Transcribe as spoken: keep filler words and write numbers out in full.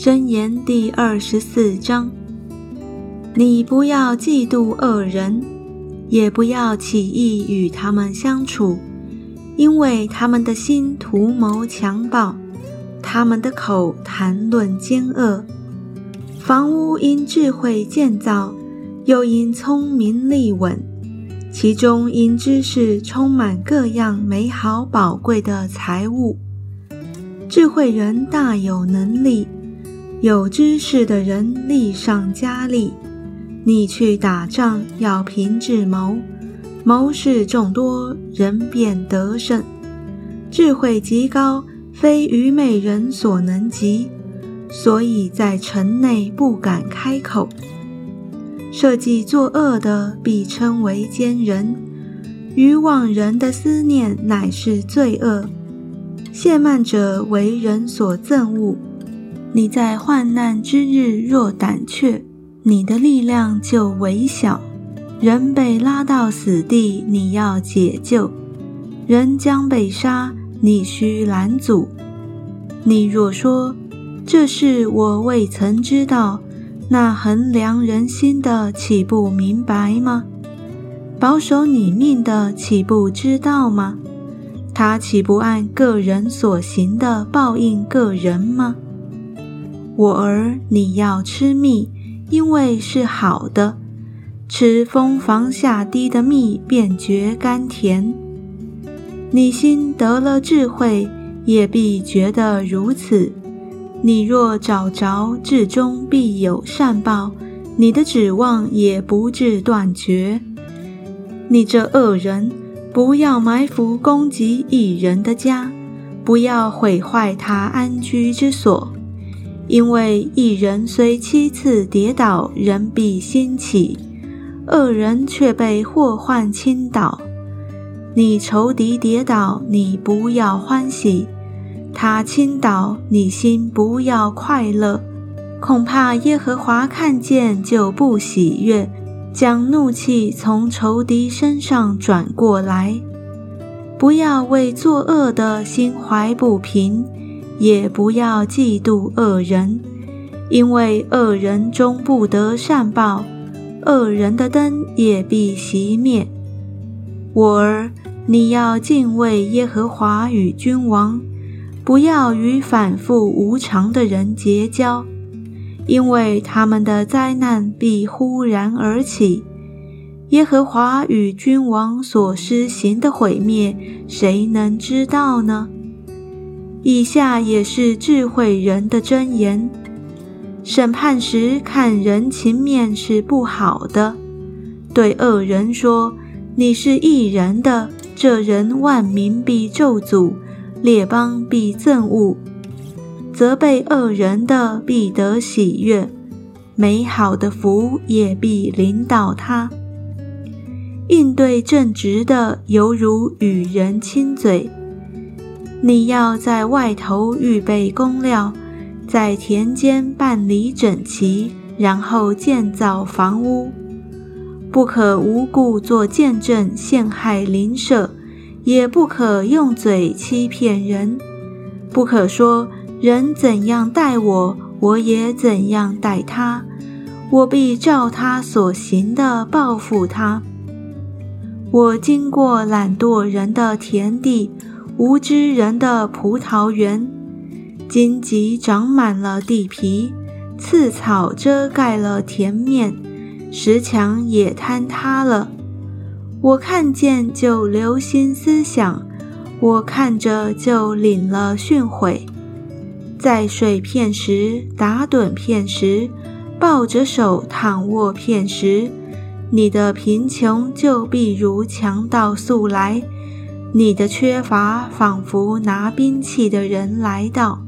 箴言第二十四章，你不要嫉妒恶人，也不要起意与他们相处，因为他们的心图谋强暴，他们的口谈论奸恶。房屋因智慧建造，又因聪明立稳，其中因知识充满各样美好宝贵的财物。智慧人大有能力，有知识的人力上加力。你去打仗要凭智谋，谋士众多，人便得胜。智慧极高，非愚昧人所能及，所以在城内不敢开口。设计作恶的必称为奸人，愚妄人的思念乃是罪恶。亵慢者为人所憎恶，你在患难之日若胆怯，你的力量就微小。人被拉到死地，你要解救；人将被杀，你须拦阻。你若说，这事我未曾知道，那衡量人心的岂不明白吗？保守你命的岂不知道吗？他岂不按个人所行的报应个人吗？我儿，你要吃蜜，因为是好的，吃蜂房下滴的蜜，便觉甘甜。你心得了智慧，也必觉得如此。你若找着，至终必有善报，你的指望也不致断绝。你这恶人，不要埋伏攻击义人的家，不要毁坏他安居之所，因为义人虽七次跌倒，仍必兴起，恶人却被祸患倾倒。你仇敌跌倒，你不要欢喜；他倾倒，你心不要快乐。恐怕耶和华看见就不喜悦，将怒气从仇敌身上转过来。不要为作恶的心怀不平，也不要嫉妒恶人，因为恶人终不得善报，恶人的灯也必熄灭。我儿，你要敬畏耶和华与君王，不要与反复无常的人结交，因为他们的灾难必忽然而起。耶和华与君王所施行的毁灭，谁能知道呢？以下也是智慧人的箴言：审判时看人情面是不好的，对恶人说，你是义人的，这人万民必咒诅，列邦必憎恶。责备恶人的必得喜悦，美好的福也必临到他。应对正直的，犹如与人亲嘴。你要在外头预备工料，在田间办理整齐，然后建造房屋。不可无故作见证陷害邻舍，也不可用嘴欺骗人。不可说，人怎样待我，我也怎样待他，我必照他所行的报复他。我经过懒惰人的田地，无知人的葡萄园，荆棘长满了地皮，刺草遮盖了田面，石墙也坍塌了。我看见就留心思想，我看着就领了训诲。在睡片时，打盹片时，抱着手躺卧片时，你的贫穷就必如强盗速来，你的缺乏仿佛拿兵器的人来到。